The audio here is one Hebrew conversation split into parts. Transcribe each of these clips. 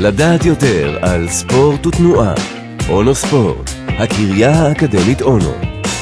לדעת יותר על ספורט ותנועה. אונו ספורט, הקריה האקדמית אונו.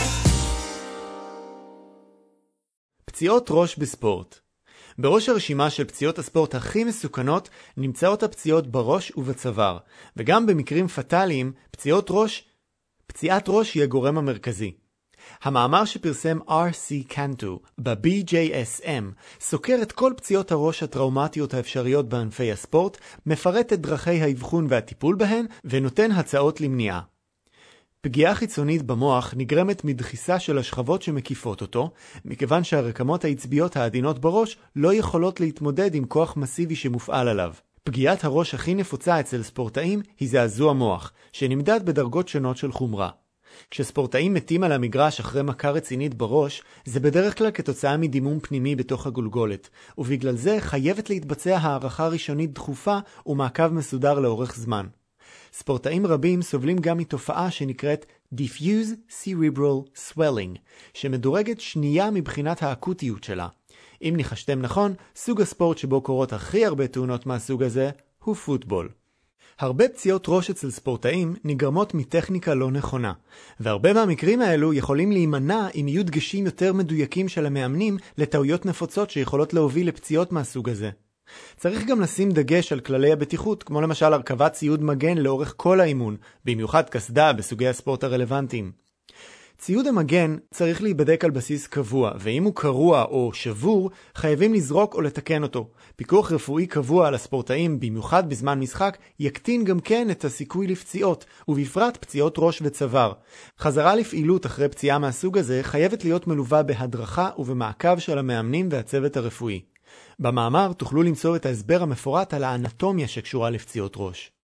פציעות ראש בספורט. בראש הרשימה של פציעות הספורט הכי מסוכנות נמצאות הפציעות בראש ובצוואר, וגם במקרים פטליים פציעת ראש היא הגורם המרכזי. המאמר שפרסם R.C. קנטו ב-BJSM סוקר את כל פציעות הראש הטראומטיות האפשריות בענפי הספורט, מפרט את דרכי האבחון והטיפול בהן ונותן הצעות למניעה. פגיעה חיצונית במוח נגרמת מדחיסה של השכבות שמקיפות אותו, מכיוון שהרקמות העצביות העדינות בראש לא יכולות להתמודד עם כוח מסיבי שמופעל עליו. פגיעת הראש הכי נפוצה אצל ספורטאים היא זעזוע מוח, שנמדד בדרגות שונות של חומרה. כשספורטאים מתים על המגרש אחרי מכה רצינית בראש, זה בדרך כלל כתוצאה מדימום פנימי בתוך הגולגולת, ובגלל זה חייבת להתבצע הערכה ראשונית דחופה ומעקב מסודר לאורך זמן. ספורטאים רבים סובלים גם מתופעה שנקראת Diffuse Cerebral Swelling, שמדורגת שנייה מבחינת האקוטיות שלה. אם ניחשתם נכון, סוג הספורט שבו קורות הכי הרבה תאונות מהסוג הזה הוא פוטבול. הרבה פציעות ראש אצל ספורטאים נגרמות מטכניקה לא נכונה, והרבה מהמקרים האלו יכולים להימנע אם יהיו דגשים יותר מדויקים של המאמנים לטעויות נפוצות שיכולות להוביל לפציעות מהסוג הזה. צריך גם לשים דגש על כללי הבטיחות, כמו למשל הרכבת ציוד מגן לאורך כל האימון, במיוחד קסדה בסוגי הספורט הרלוונטיים. ציוד המגן צריך להיבדק על בסיס קבוע, ואם הוא קרוע או שבור, חייבים לזרוק או לתקן אותו. פיקוח רפואי קבוע על הספורטאים, במיוחד בזמן משחק, יקטין גם כן את הסיכוי לפציעות, ובפרט פציעות ראש וצוואר. חזרה לפעילות אחרי פציעה מהסוג הזה חייבת להיות מלווה בהדרכה ובמעקב של המאמנים והצוות הרפואי. במאמר תוכלו למצוא את ההסבר המפורט על האנטומיה שקשורה לפציעות ראש.